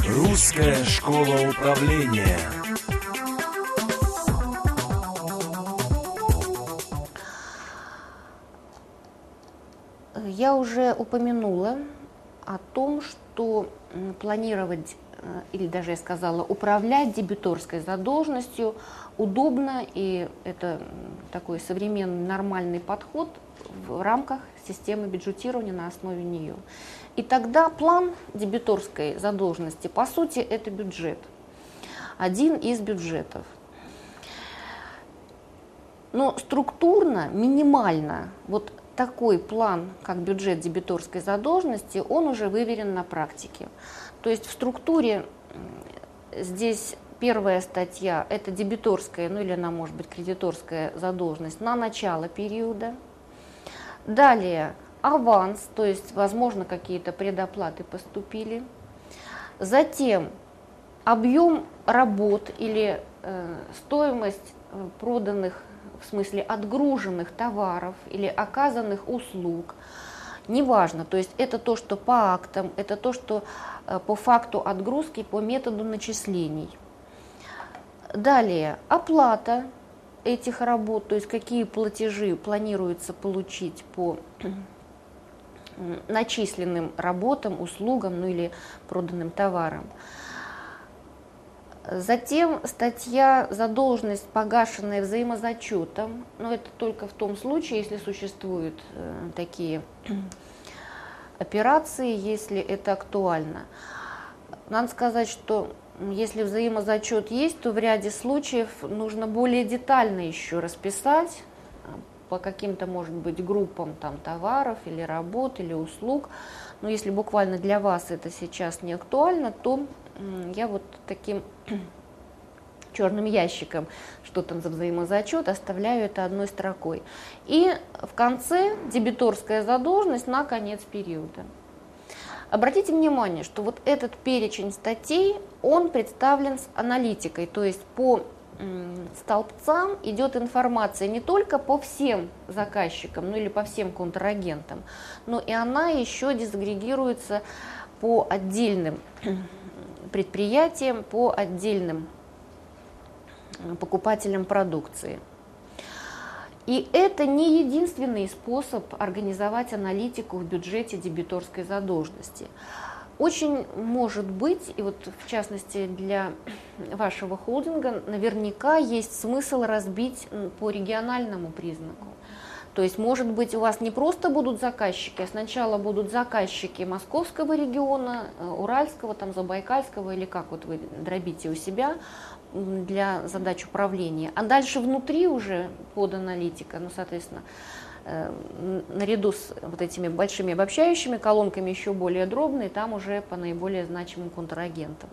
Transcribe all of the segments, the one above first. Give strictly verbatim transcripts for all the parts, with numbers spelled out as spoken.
Русская школа управления. Я уже упомянула о том, что планировать, или даже я сказала, управлять дебиторской задолженностью удобно, и это такой современный нормальный подход в рамках системы бюджетирования на основе нее. И тогда план дебиторской задолженности, по сути, это бюджет, один из бюджетов. Но структурно, минимально, вот такой план, как бюджет дебиторской задолженности, он уже выверен на практике. То есть в структуре здесь первая статья – это дебиторская, ну или она может быть кредиторская задолженность на начало периода. Далее аванс, то есть, возможно, какие-то предоплаты поступили. Затем объем работ или э, стоимость проданных, в смысле отгруженных товаров или оказанных услуг. Неважно, то есть это то, что по актам, это то, что э, по факту отгрузки, по методу начислений. Далее оплата этих работ, то есть какие платежи планируется получить по начисленным работам, услугам, ну или проданным товарам. Затем статья задолженность, погашенная взаимозачетом, но это только в том случае, если существуют э, такие операции, если это актуально. Надо сказать, что если взаимозачет есть, то в ряде случаев нужно более детально еще расписать по каким-то, может быть, группам там, товаров или работ или услуг. Но если буквально для вас это сейчас не актуально, то я вот таким черным ящиком, что там за взаимозачет, оставляю это одной строкой. И в конце дебиторская задолженность на конец периода. Обратите внимание, что вот этот перечень статей, он представлен с аналитикой, то есть по столбцам идет информация не только по всем заказчикам, ну или по всем контрагентам, но и она еще дезагрегируется по отдельным предприятиям, по отдельным покупателям продукции. И это не единственный способ организовать аналитику в бюджете дебиторской задолженности. Очень может быть, и вот в частности для вашего холдинга, наверняка есть смысл разбить по региональному признаку. То есть, может быть, у вас не просто будут заказчики, а сначала будут заказчики Московского региона, Уральского, там, Забайкальского, или как вот вы дробите у себя для задач управления. А дальше внутри уже под аналитика, ну, соответственно, наряду с вот этими большими обобщающими колонками еще более дробные, там уже по наиболее значимым контрагентам.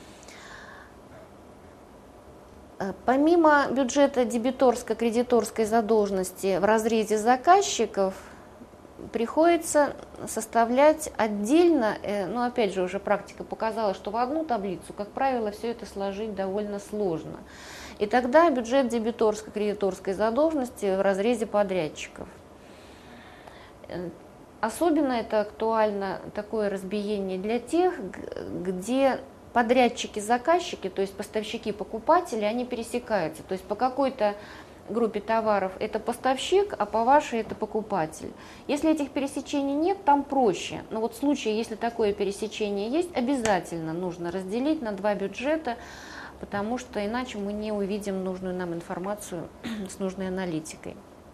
Помимо бюджета дебиторско-кредиторской задолженности в разрезе заказчиков приходится составлять отдельно, но опять же уже практика показала, что в одну таблицу, как правило, все это сложить довольно сложно. И тогда бюджет дебиторско-кредиторской задолженности в разрезе подрядчиков. Особенно это актуально, такое разбиение для тех, где подрядчики-заказчики, то есть поставщики-покупатели, они пересекаются. То есть по какой-то группе товаров это поставщик, а по вашей это покупатель. Если этих пересечений нет, там проще. Но вот в случае, если такое пересечение есть, обязательно нужно разделить на два бюджета, потому что иначе мы не увидим нужную нам информацию с нужной аналитикой.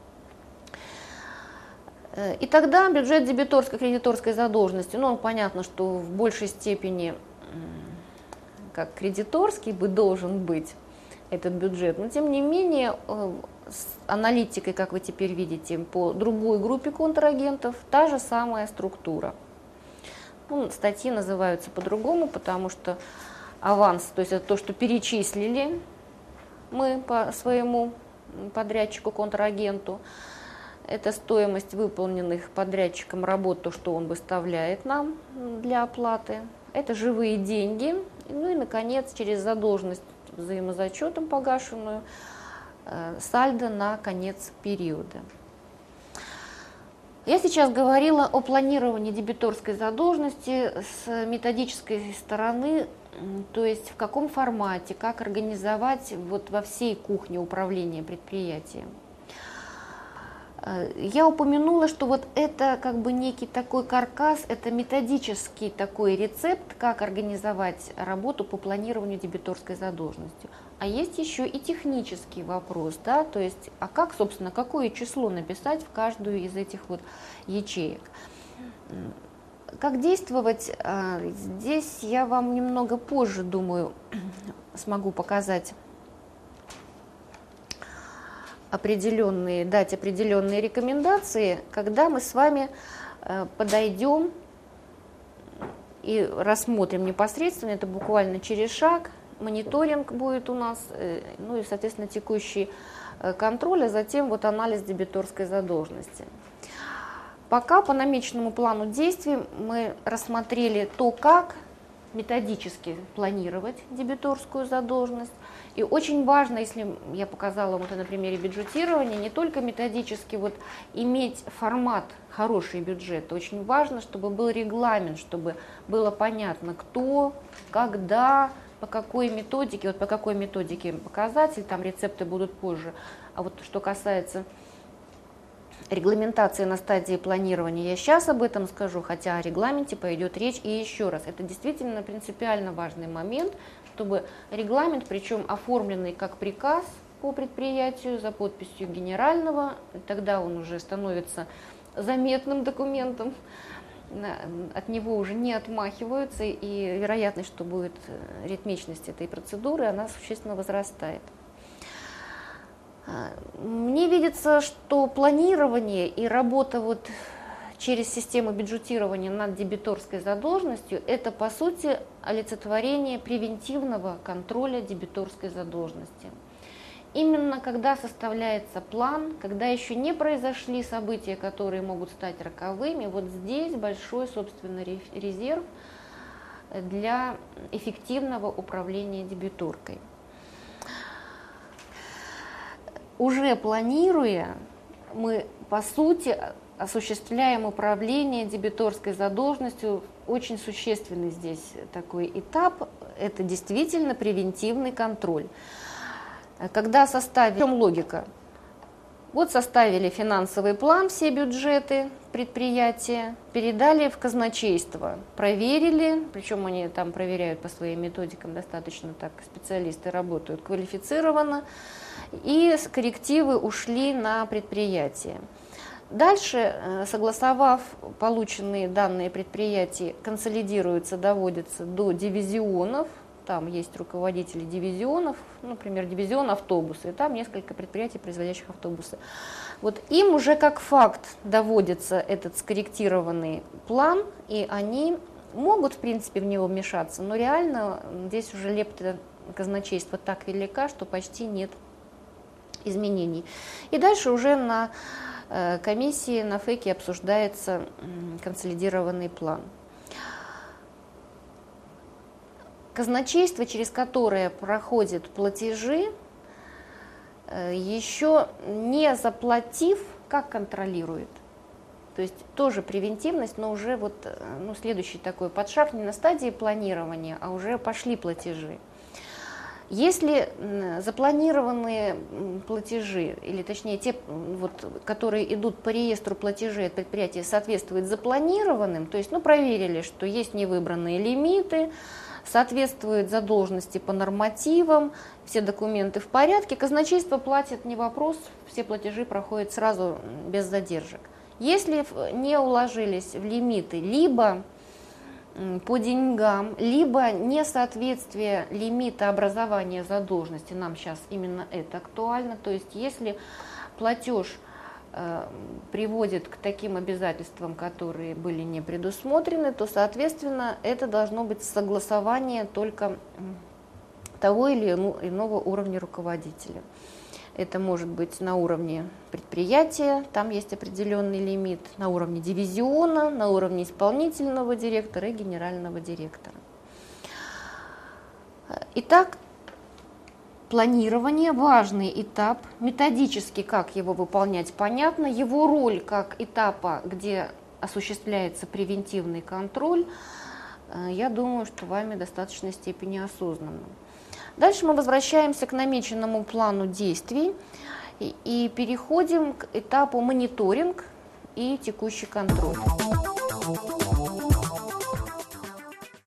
И тогда бюджет дебиторско-кредиторской задолженности, ну, понятно, что в большей степени как кредиторский бы должен быть этот бюджет, но тем не менее с аналитикой, как вы теперь видите, по другой группе контрагентов та же самая структура. Ну, статьи называются по-другому, потому что аванс, то есть это то, что перечислили мы по своему подрядчику, контрагенту. Это стоимость выполненных подрядчиком работ, то, что он выставляет нам для оплаты. Это живые деньги. Ну и, наконец, через задолженность взаимозачетом погашенную, сальдо на конец периода. Я сейчас говорила о планировании дебиторской задолженности с методической стороны, то есть в каком формате, как организовать вот во всей кухне управления предприятием. Я упомянула, что вот это как бы некий такой каркас, это методический такой рецепт, как организовать работу по планированию дебиторской задолженности. А есть еще и технический вопрос, да, то есть, а как, собственно, какое число написать в каждую из этих вот ячеек. Как действовать, здесь я вам немного позже, думаю, смогу показать определенные, дать определенные рекомендации, когда мы с вами подойдем и рассмотрим непосредственно, это буквально через шаг, мониторинг будет у нас, ну и, соответственно, текущий контроль, а затем вот анализ дебиторской задолженности. Пока по намеченному плану действий мы рассмотрели то, как методически планировать дебиторскую задолженность. И очень важно, если я показала вот на примере бюджетирования, не только методически вот иметь формат хороший бюджет, очень важно, чтобы был регламент, чтобы было понятно, кто, когда, по какой методике, вот по какой методике показатель, там рецепты будут позже. А вот что касается регламентации на стадии планирования, я сейчас об этом скажу, хотя о регламенте пойдет речь. И еще раз, это действительно принципиально важный момент, чтобы регламент, причем оформленный как приказ по предприятию за подписью генерального, тогда он уже становится заметным документом, от него уже не отмахиваются, и вероятность, что будет ритмичность этой процедуры, она существенно возрастает. Мне видится, что планирование и работа вот через систему бюджетирования над дебиторской задолженностью – это, по сути, олицетворение превентивного контроля дебиторской задолженности. Именно когда составляется план, когда еще не произошли события, которые могут стать роковыми, вот здесь большой, собственно, резерв для эффективного управления дебиторкой. Уже планируя, мы, по сути, осуществляем управление дебиторской задолженностью. Очень существенный здесь такой этап – это действительно превентивный контроль. Когда составили, в чем логика? Вот составили финансовый план, все бюджеты предприятия, передали в казначейство, проверили, причем они там проверяют по своим методикам, достаточно так специалисты работают квалифицированно, и коррективы ушли на предприятие. Дальше, согласовав полученные данные предприятия, консолидируются, доводятся до дивизионов. Там есть руководители дивизионов, например, дивизион автобусы, и там несколько предприятий, производящих автобусы. Вот им уже как факт доводится этот скорректированный план, и они могут, в принципе, в него вмешаться, но реально здесь уже лепта казначейства так велика, что почти нет изменений. И дальше уже на комиссии, на ФЭКе обсуждается консолидированный план. Казначейство, через которое проходят платежи, еще не заплатив, как контролирует. То есть тоже превентивность, но уже вот, ну, следующий такой подшаг не на стадии планирования, а уже пошли платежи. Если запланированные платежи, или точнее те, вот, которые идут по реестру платежей от предприятия, соответствуют запланированным, то есть ну, проверили, что есть невыбранные лимиты, соответствует задолженности по нормативам, все документы в порядке, казначейство платит, не вопрос, все платежи проходят сразу без задержек. Если не уложились в лимиты, либо по деньгам, либо несоответствие лимита образования задолженности, нам сейчас именно это актуально, то есть если платеж э, приводит к таким обязательствам, которые были не предусмотрены, то, соответственно, это должно быть согласование только того или иного уровня руководителя. Это может быть на уровне предприятия, там есть определенный лимит, на уровне дивизиона, на уровне исполнительного директора и генерального директора. Итак, планирование, важный этап, методически как его выполнять понятно, его роль как этапа, где осуществляется превентивный контроль, я думаю, что вами в достаточной степени осознанно. Дальше мы возвращаемся к намеченному плану действий и, и переходим к этапу мониторинг и текущий контроль.